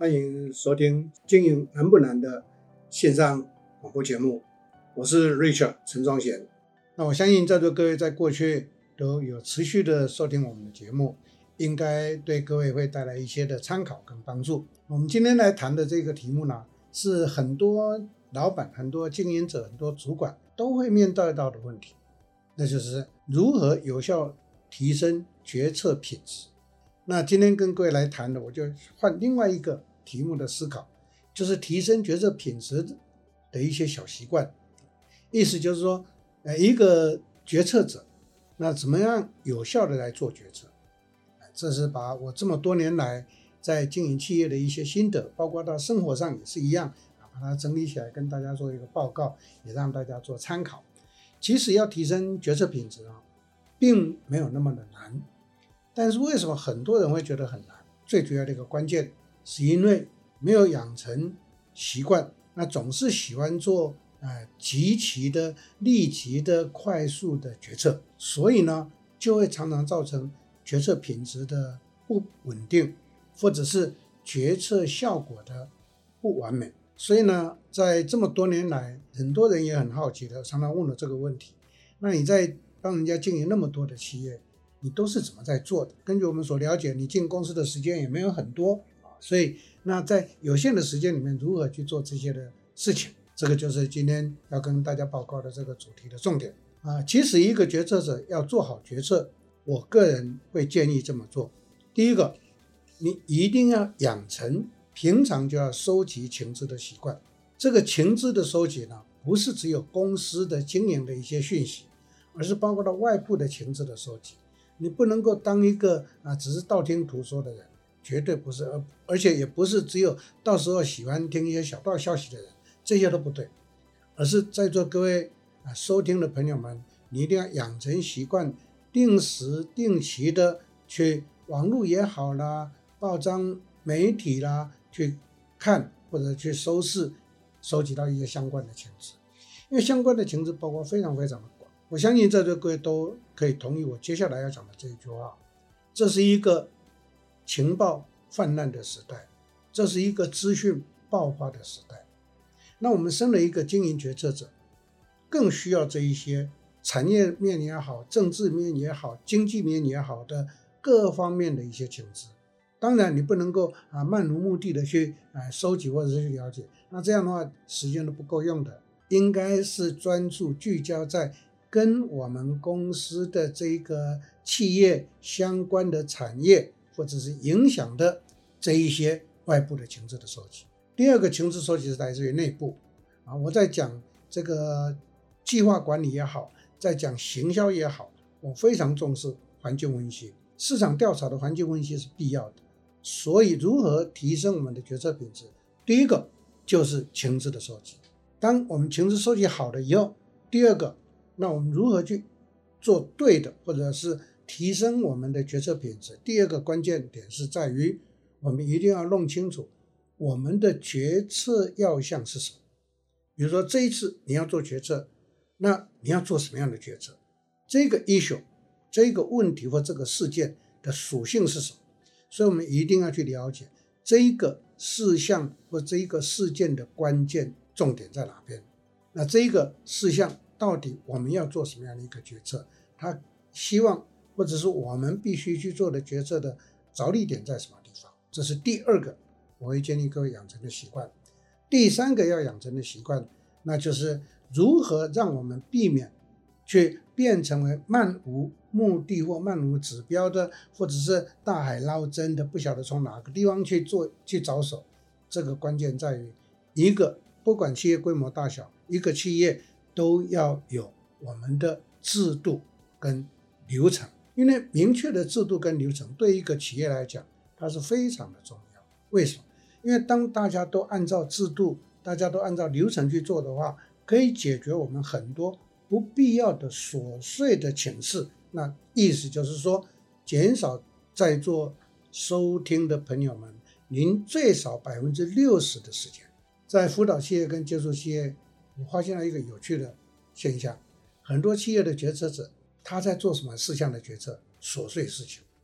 欢迎收听经营难不难的线上广播节目，我是 Richard 陈庄贤。那我相信在座各位在过去都有持续的收听我们的节目，应该对各位会带来一些的参考跟帮助。我们今天来谈的这个题目呢，是很多老板、很多经营者、很多主管都会面对到的问题，那就是如何有效提升决策品质。那今天跟各位来谈的，我就换另外一个题目的思考，就是提升决策品质的一些小习惯。意思就是说，一个决策者，那怎么样有效的来做决策？这是把我这么多年来在经营企业的一些心得，包括到生活上也是一样，把它整理起来跟大家做一个报告，也让大家做参考。其实要提升决策品质并没有那么的难。但是为什么很多人会觉得很难？最主要的一个关键是因为没有养成习惯，那总是喜欢做极其的立即的快速的决策，所以呢就会常常造成决策品质的不稳定，或者是决策效果的不完美。所以呢在这么多年来，很多人也很好奇的常常问了这个问题，那你在帮人家经营那么多的企业，你都是怎么在做的？根据我们所了解，你进公司的时间也没有很多，所以那在有限的时间里面如何去做这些的事情，这个就是今天要跟大家报告的这个主题的重点其实一个决策者要做好决策，我个人会建议这么做。第一个，你一定要养成平常就要收集情资的习惯。这个情资的收集呢，不是只有公司的经营的一些讯息，而是包括到外部的情资的收集。你不能够当一个只是道听途说的人，绝对不是，而且也不是只有到时候喜欢听一些小道消息的人，这些都不对。而是在座各位收听的朋友们，你一定要养成习惯，定时定期的去网络也好啦，报章媒体啦去看或者去收集到一些相关的情资，因为相关的情资包括非常非常的广。我相信在座各位都可以同意我接下来要讲的这一句话，这是一个情报泛滥的时代，这是一个资讯爆发的时代。那我们身为一个经营决策者，更需要这一些产业面也好，政治面也好，经济面也好的各方面的一些情资。当然你不能够漫无目的的去收集或者是去了解，那这样的话时间都不够用的，应该是专注聚焦在跟我们公司的这个企业相关的产业或者是影响的这一些外部的情资的收集。第二个情资收集是来自于内部我在讲这个计划管理也好，在讲行销也好，我非常重视环境分析，市场调查的环境分析是必要的。所以如何提升我们的决策品质，第一个就是情资的收集。当我们情资收集好了以后，第二个，那我们如何去做对的，或者是提升我们的决策品质？第二个关键点是在于，我们一定要弄清楚我们的决策要项是什么。比如说这一次你要做决策，那你要做什么样的决策？这个 issue， 这个问题或这个事件的属性是什么？所以我们一定要去了解这一个事项或这一个事件的关键重点在哪边。那这一个事项到底我们要做什么样的一个决策？他希望或者是我们必须去做的决策的着力点在什么地方？这是第二个我会建议各位养成的习惯。第三个要养成的习惯，那就是如何让我们避免去变成为漫无目的或漫无指标的，或者是大海捞针的，不晓得从哪个地方去着手。这个关键在于一个不管企业规模大小，一个企业都要有我们的制度跟流程，因为明确的制度跟流程对一个企业来讲它是非常的重要。为什么？因为当大家都按照制度，大家都按照流程去做的话，可以解决我们很多不必要的琐碎的请示。那意思就是说，减少在座收听的朋友们您最少 60% 的时间在辅导企业跟接触企业。我发现了一个有趣的现象，很多企业的决策者他在做什么事项的决策？琐碎事情，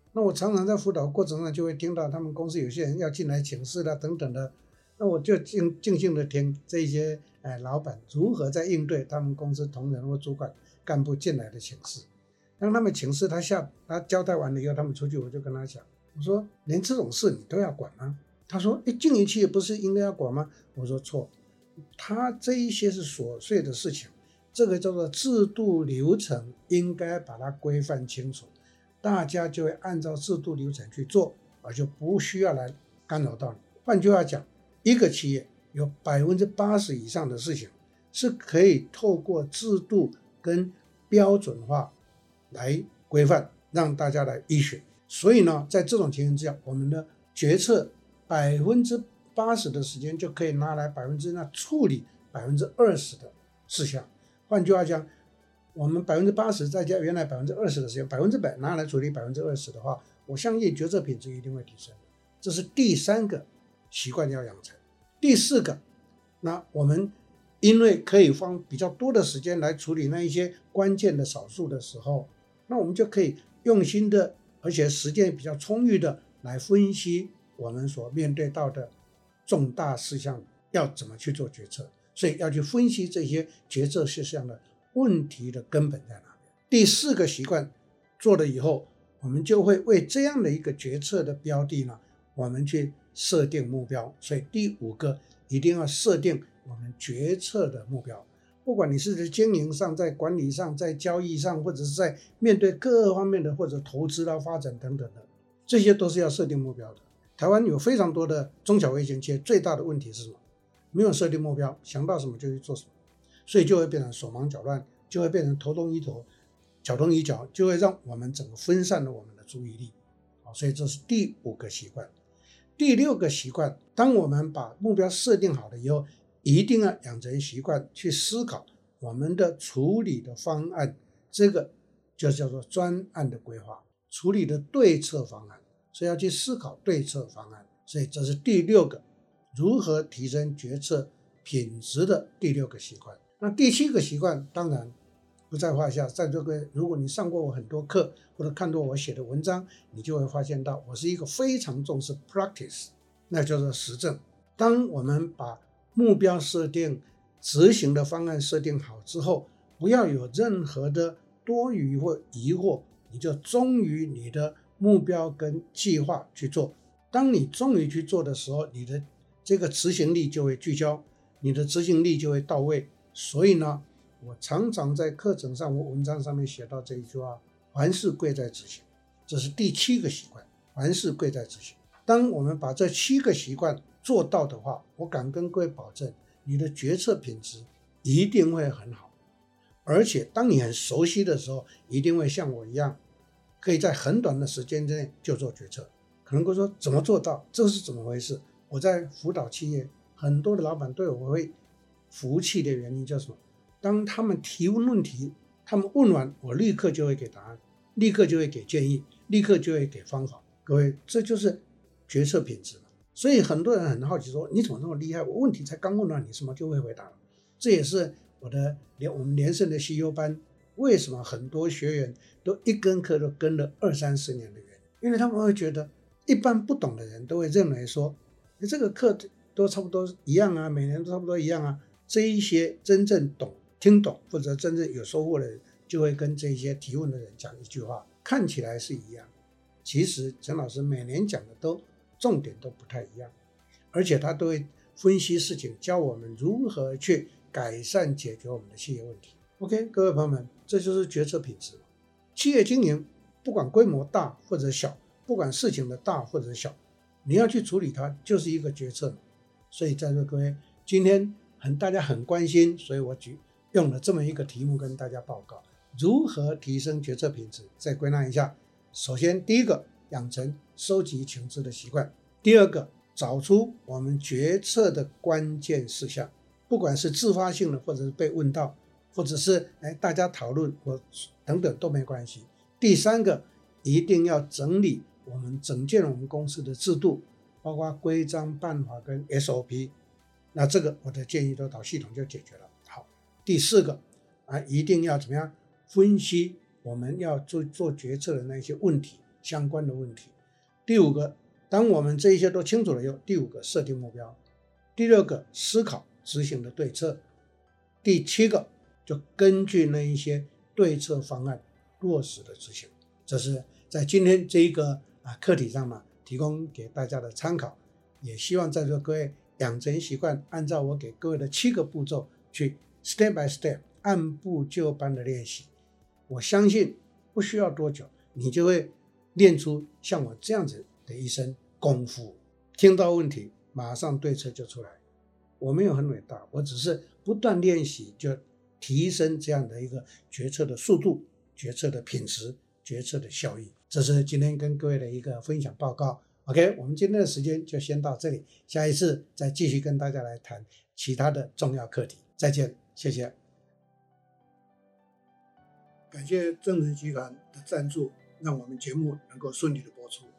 那我常常在辅导过程上就会听到他们公司有些人要进来请示啦等等的，那我就静静的听这些老板如何在应对他们公司同仁或主管干部进来的请示。当他们请示他交代完了以后，他们出去，我就跟他讲，我说连这种事你都要管吗？他说经营企业不是应该要管吗？我说错，他这一些是琐碎的事情，这个叫做制度流程，应该把它规范清楚，大家就会按照制度流程去做，而就不需要来干扰到你。换句话讲，一个企业有80%以上的事情是可以透过制度跟标准化来规范，让大家来依循。所以呢，在这种情形之下，我们的决策80%的时间就可以拿来处理20%的事项。换句话讲，我们80%再加原来20%的时间，100%拿来处理20%的话，我相信决策品质一定会提升。这是第3个习惯要养成。第4个，那我们因为可以花比较多的时间来处理那一些关键的少数的时候，那我们就可以用心的，而且时间比较充裕的来分析我们所面对到的重大事项要怎么去做决策，所以要去分析这些决策事项的问题的根本在哪里。第4个习惯做了以后，我们就会为这样的一个决策的标的呢，我们去设定目标。所以第5个一定要设定我们决策的目标，不管你是在经营上，在管理上，在交易上，或者是在面对各方面的或者投资啦、发展等等的，这些都是要设定目标的。台湾有非常多的中小微型企业，最大的问题是什么？没有设定目标，想到什么就去做什么，所以就会变成手忙脚乱，就会变成头东一头脚东一脚，就会让我们整个分散了我们的注意力。所以这是第5个习惯。第6个习惯，当我们把目标设定好了以后，一定要养成习惯去思考我们的处理的方案，这个就叫做专案的规划，处理的对策方案，所以要去思考对策方案。所以这是第6个如何提升决策品质的第6个习惯。那第7个习惯当然不在话下，在这个如果你上过我很多课或者看过我写的文章，你就会发现到我是一个非常重视 practice， 那叫做实证。当我们把目标设定、执行的方案设定好之后，不要有任何的多余或疑惑，你就忠于你的目标跟计划去做。当你忠于去做的时候，你的这个执行力就会聚焦，你的执行力就会到位。所以呢，我常常在课程上或文章上面写到这一句话，凡事贵在执行。这是第7个习惯，凡事贵在执行。当我们把这7个习惯做到的话，我敢跟各位保证，你的决策品质一定会很好。而且当你很熟悉的时候，一定会像我一样，可以在很短的时间之内就做决策。可能会说怎么做到？这是怎么回事？我在辅导企业，很多的老板对我会服气的原因就是什么？当他们提问问题，他们问完，我立刻就会给答案，立刻就会给建议，立刻就会给方法。各位，这就是决策品质。所以很多人很好奇说，你怎么那么厉害？我问题才刚问到你什么就会回答了。这也是我们连胜的 CEO 班为什么很多学员都一跟课都跟了20-30年的原因，因为他们会觉得一般不懂的人都会认为说，这个课都差不多一样啊，每年都差不多一样啊。这一些真正听懂或者真正有收获的人，就会跟这些提问的人讲一句话，看起来是一样，其实陈老师每年讲的重点都不太一样，而且他都会分析事情，教我们如何去改善解决我们的企业问题。 OK， 各位朋友们，这就是决策品质。企业经营不管规模大或者小，不管事情的大或者小，你要去处理它就是一个决策。所以在座各位今天大家很关心，所以我用了这么一个题目跟大家报告如何提升决策品质。再归纳一下，首先第一个，养成收集情资的习惯；第二个，找出我们决策的关键事项，不管是自发性的或者是被问到，或者是大家讨论或等等都没关系。第三个，一定要整理整件我们公司的制度，包括规章办法跟 SOP， 那这个我的建议都导系统就解决了。好，第四个一定要怎么样分析我们要做决策的那些问题， 相关的问题。第五个，当我们这一些都清楚了以后，第五个设定目标。第六个思考执行的对策。第七个就根据那一些对策方案落实的执行。这是在今天这一个课题上嘛，提供给大家的参考，也希望在座各位养成习惯，按照我给各位的7个步骤去 step by step 按部就班的练习。我相信不需要多久，你就会练出像我这样子的一身功夫。听到问题马上对策就出来。我没有很伟大，我只是不断练习就提升这样的一个决策的速度、决策的品质、决策的效益。这是今天跟各位的一个分享报告。OK， 我们今天的时间就先到这里，下一次再继续跟大家来谈其他的重要课题。再见，谢谢。感谢正直集团的赞助，让我们节目能够顺利的播出。